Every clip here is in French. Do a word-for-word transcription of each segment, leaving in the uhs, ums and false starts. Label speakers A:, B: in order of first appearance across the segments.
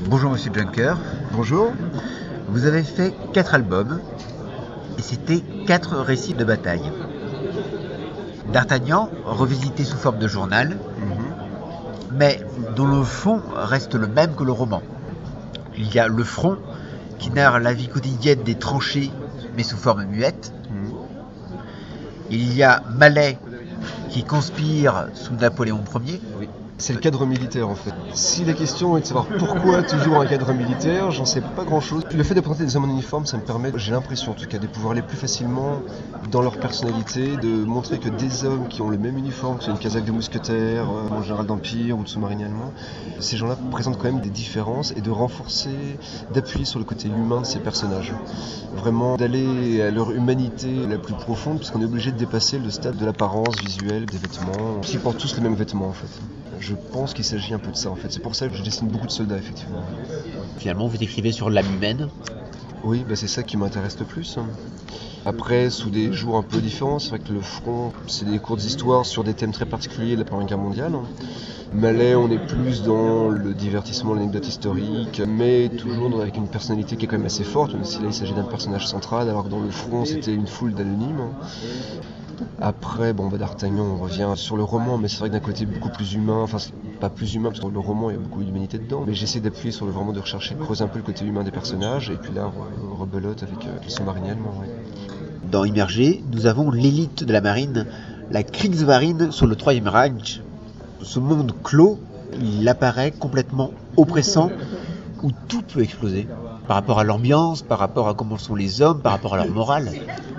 A: Bonjour Monsieur Juncker.
B: Bonjour.
A: Vous avez fait quatre albums et c'était quatre récits de bataille. D'Artagnan, revisité sous forme de journal,
B: Mmh.
A: mais dont le fond reste le même que le roman. Il y a Le Front, qui narre la vie quotidienne des tranchées, mais sous forme muette.
B: Mmh.
A: Il y a Malais, qui conspire sous Napoléon Ier.
B: Oui. C'est le cadre militaire en fait. Si la question est de savoir pourquoi toujours un cadre militaire, j'en sais pas grand chose. Le fait de présenter des hommes en uniforme, ça me permet, j'ai l'impression en tout cas, de pouvoir aller plus facilement dans leur personnalité, de montrer que des hommes qui ont le même uniforme, que c'est une casaque de mousquetaire, euh, mon général d'Empire ou de sous-marinier allemand, ces gens-là présentent quand même des différences et de renforcer, d'appuyer sur le côté humain de ces personnages. Vraiment d'aller à leur humanité la plus profonde, puisqu'on est obligé de dépasser le stade de l'apparence visuelle des vêtements. Ils portent tous les mêmes vêtements en fait. Je pense qu'il s'agit un peu de ça en fait. C'est pour ça que je dessine beaucoup de soldats effectivement.
A: Finalement, vous écrivez sur l'âme humaine.
B: Oui, bah c'est ça qui m'intéresse le plus. Après, sous des jours un peu différents, c'est vrai que Le Front, c'est des courtes histoires sur des thèmes très particuliers de la Première Guerre mondiale. Malais, on est plus dans le divertissement, l'anecdote historique, mais toujours avec une personnalité qui est quand même assez forte, même si là il s'agit d'un personnage central, alors que dans Le Front c'était une foule d'anonymes. Après, bon, bah, d'Artagnan, on revient sur le roman, mais c'est vrai que d'un côté beaucoup plus humain, enfin pas plus humain, parce que dans le roman il y a beaucoup d'humanité dedans, mais j'essaie d'appuyer sur le vraiment de rechercher, de creuser un peu le côté humain des personnages, et puis là on rebelote avec euh, le sous-marinier allemand. Ouais.
A: Dans Immergé, nous avons l'élite de la marine, la Kriegsmarine sur le Troisième Reich. Ce monde clos, il apparaît complètement oppressant, où tout peut exploser. Par rapport à l'ambiance, par rapport à comment sont les hommes, par rapport à leur morale.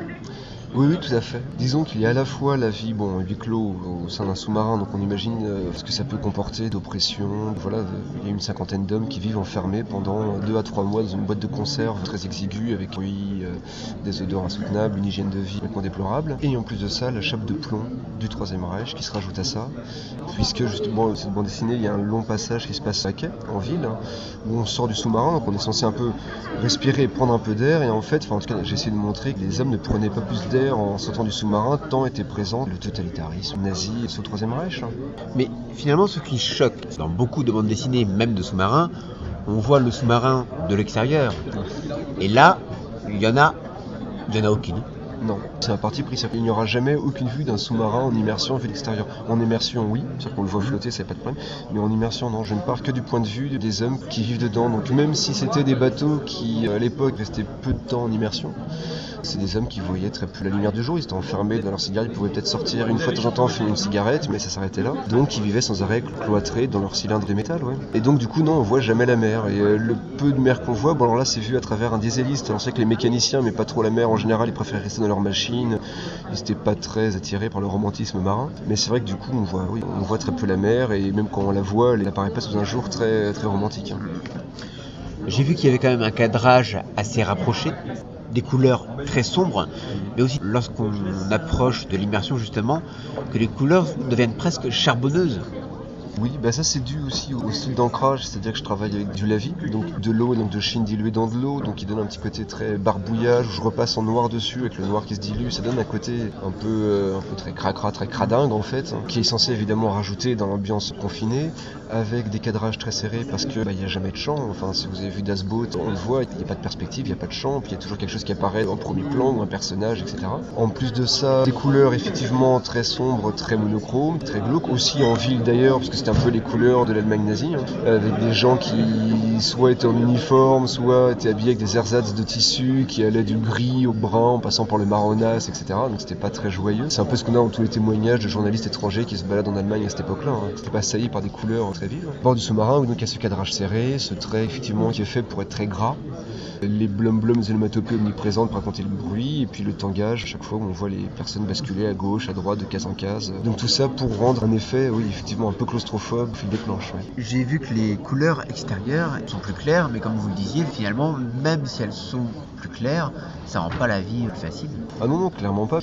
B: Oui, oui, tout à fait. Disons qu'il y a à la fois la vie, bon, huis clos au sein d'un sous-marin, donc on imagine euh, ce que ça peut comporter d'oppression. Voilà, il y a une cinquantaine d'hommes qui vivent enfermés pendant deux à trois mois dans une boîte de conserve très exiguë, avec oui, euh, des odeurs insoutenables, une hygiène de vie complètement déplorable. Et en plus de ça, la chape de plomb du Troisième Reich qui se rajoute à ça, puisque justement, cette bande dessinée, il y a un long passage qui se passe à quai, en ville, hein, où on sort du sous-marin, donc on est censé un peu respirer et prendre un peu d'air, et en fait, enfin, en tout cas, j'ai essayé de montrer que les hommes ne prenaient pas plus d'air en sortant du sous-marin, tant était présent le totalitarisme nazi sous le Troisième Reich.
A: Mais finalement, ce qui choque dans beaucoup de bandes dessinées, même de sous-marins, on voit le sous-marin de l'extérieur. Et là, il y en a, il y en a aucune.
B: Non, c'est un parti pris, c'est-à-dire qu'il n'y aura jamais aucune vue d'un sous-marin en immersion vue de l'extérieur. En immersion, oui, c'est-à-dire qu'on le voit flotter, ça n'a pas de problème, mais en immersion, non, je ne parle que du point de vue des hommes qui vivent dedans. Donc même si c'était des bateaux qui, à l'époque, restaient peu de temps en immersion, c'est des hommes qui voyaient très peu la lumière du jour, ils étaient enfermés dans leur cigare, ils pouvaient peut-être sortir une fois de temps en temps fumer une cigarette, mais ça s'arrêtait là. Donc ils vivaient sans arrêt cloîtrés dans leur cylindre de métal, ouais. Et donc du coup non, on voit jamais la mer. Et euh, le peu de mer qu'on voit, bon alors là c'est vu à travers un dieseliste. On sait que les mécaniciens, mais pas trop la mer en général, ils préfèrent rester dans leur machine. Ils n'étaient pas très attirés par le romantisme marin. Mais c'est vrai que du coup on voit, oui, on voit très peu la mer, et même quand on la voit, elle n'apparaît pas sous un jour très, très romantique. Hein.
A: J'ai vu qu'il y avait quand même un cadrage assez rapproché, des couleurs très sombres, mais aussi lorsqu'on approche de l'immersion justement, que les couleurs deviennent presque charbonneuses.
B: Oui, bah ça c'est dû aussi au style d'ancrage, c'est-à-dire que je travaille avec du lavis, donc de l'eau, donc de chine diluée dans de l'eau, donc qui donne un petit côté très barbouillage, où je repasse en noir dessus avec le noir qui se dilue, ça donne un côté un peu, euh, un peu très cracra, très cradingue en fait, hein, qui est censé évidemment rajouter dans l'ambiance confinée, avec des cadrages très serrés parce que bah, y a jamais de champ, enfin si vous avez vu Das Boot, on le voit, il n'y a pas de perspective, il n'y a pas de champ, puis il y a toujours quelque chose qui apparaît en premier plan, ou un personnage, et cetera. En plus de ça, des couleurs effectivement très sombres, très monochromes, très glauques, aussi en ville d'ailleurs, parce que c'était un peu les couleurs de l'Allemagne nazie, hein, avec des gens qui soit étaient en uniforme, soit étaient habillés avec des ersatz de tissu qui allaient du gris au brun en passant par le marronasse, et cetera. Donc c'était pas très joyeux. C'est un peu ce qu'on a dans tous les témoignages de journalistes étrangers qui se baladent en Allemagne à cette époque-là. Hein. C'était pas assailli par des couleurs très vives. Bord du sous-marin, où donc il y a ce cadrage serré, ce trait effectivement qui est fait pour être très gras. Les blum-blums et l'onomatopée omniprésentes pour raconter le bruit, et puis le tangage, chaque fois où on voit les personnes basculer à gauche, à droite, de case en case. Donc tout ça pour rendre un effet, oui, effectivement un peu claustrophobe, fil des planches. Ouais.
A: J'ai vu que les couleurs extérieures sont plus claires, mais comme vous le disiez, finalement, même si elles sont plus claires, ça rend pas la vie plus facile.
B: Ah non, non, clairement pas.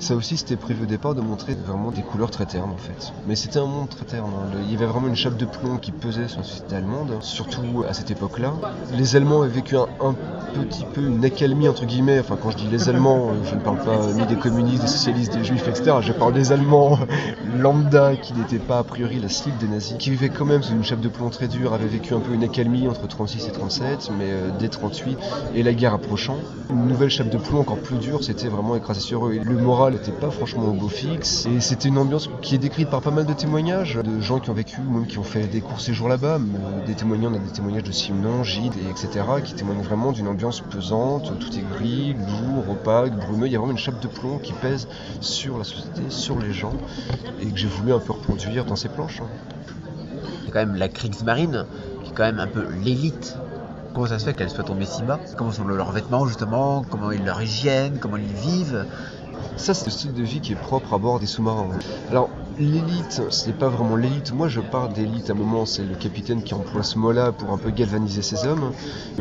B: Ça aussi, c'était prévu au départ de montrer vraiment des couleurs très ternes en fait. Mais c'était un monde très terne. Hein. Il y avait vraiment une chape de plomb qui pesait sur la société allemande, surtout à cette époque-là. Les Allemands avaient vécu un, un petit peu une accalmie entre guillemets. Enfin, quand je dis les Allemands, je ne parle pas ni des communistes, des socialistes, des juifs, et cetera. Je parle des Allemands lambda qui n'étaient pas a priori la cible des nazis, qui vivaient quand même sous une chape de plomb très dure, avaient vécu un peu une accalmie entre trente-six et trente-sept, mais euh, dès trente-huit et la guerre approchant, une nouvelle chape de plomb encore plus dure, c'était vraiment écrasé sur eux. Et le moral n'était pas franchement au beau fixe, et c'était une ambiance qui est décrite par pas mal de témoignages de gens qui ont vécu ou même qui ont fait des courts séjours là-bas. Des témoignages, on a des témoignages de Simenon, Gide, et etc., qui témoignent vraiment d'une ambiance pesante, tout est gris, lourd, opaque, brumeux. Il y a vraiment une chape de plomb qui pèse sur la société, sur les gens, et que j'ai voulu un peu reproduire dans ces planches.
A: C'est quand même la Kriegsmarine, qui est quand même un peu l'élite. Comment ça se fait qu'elle soit tombée si bas? Comment sont leurs vêtements justement? Comment est leur hygiène? Comment ils vivent?
B: Ça, c'est le style de vie qui est propre à bord des sous-marins. Alors, l'élite, c'est pas vraiment l'élite. Moi, je parle d'élite à un moment, c'est le capitaine qui emploie ce mot-là pour un peu galvaniser ses hommes.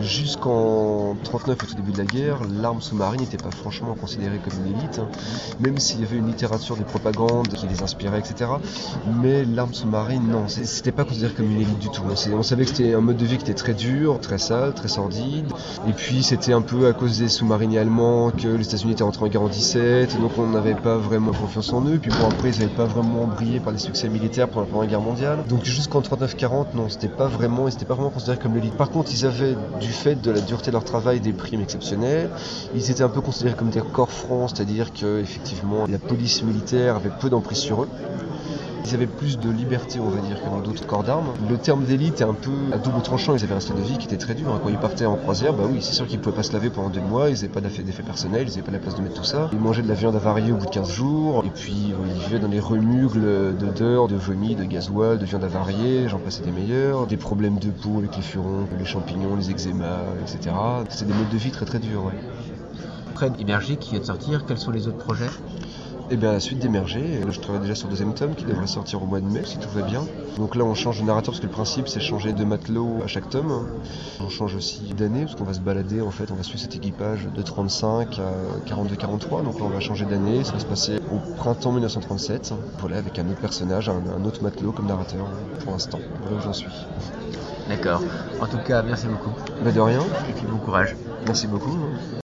B: Jusqu'en trente-neuf, au tout début de la guerre, l'arme sous-marine n'était pas franchement considérée comme une élite, même s'il y avait une littérature de propagande qui les inspirait, et cetera. Mais l'arme sous-marine, non, c'était pas considéré comme une élite du tout. On savait que c'était un mode de vie qui était très dur, très sale, très sordide. Et puis, c'était un peu à cause des sous-mariniers allemands que les États-Unis étaient rentrés en guerre en dix-sept. Donc on n'avait pas vraiment confiance en eux, puis bon après ils n'avaient pas vraiment brillé par des succès militaires pendant la Première Guerre mondiale. Donc jusqu'en trente-neuf quarante, non, c'était pas vraiment, ils n'étaient pas vraiment considérés comme l'élite. Par contre, ils avaient, du fait de la dureté de leur travail, des primes exceptionnelles. Ils étaient un peu considérés comme des corps francs, c'est-à-dire que effectivement la police militaire avait peu d'emprise sur eux. Ils avaient plus de liberté, on va dire, que dans d'autres corps d'armes. Le terme d'élite est un peu à double tranchant. Ils avaient un style de vie qui était très dur. Quand ils partaient en croisière, bah oui, c'est sûr qu'ils ne pouvaient pas se laver pendant deux mois. Ils n'avaient pas d'effet personnel, ils n'avaient pas la place de mettre tout ça. Ils mangeaient de la viande avariée au bout de quinze jours. Et puis, ils vivaient dans les remugles d'odeurs, de vomi, de gasoil, de viande avariée. J'en passais des meilleurs. Des problèmes de peau avec les furons, les champignons, les eczémas, et cetera. C'était des modes de vie très très durs, ouais.
A: Après Émerger qui vient de sortir, quels sont les autres projets?
B: Et bien à la suite d'Émerger, je travaille déjà sur le deuxième tome qui devrait sortir au mois de mai si tout va bien. Donc là on change de narrateur parce que le principe c'est changer de matelot à chaque tome. On change aussi d'année parce qu'on va se balader en fait, on va suivre cet équipage de trente-cinq à quarante-deux quarante-trois. Donc là on va changer d'année, ça va se passer au printemps mille neuf cent trente-sept. Voilà, avec un autre personnage, un, un autre matelot comme narrateur pour l'instant. Voilà où j'en suis.
A: D'accord. En tout cas, merci beaucoup.
B: Bah de rien.
A: Et puis bon courage.
B: Merci beaucoup.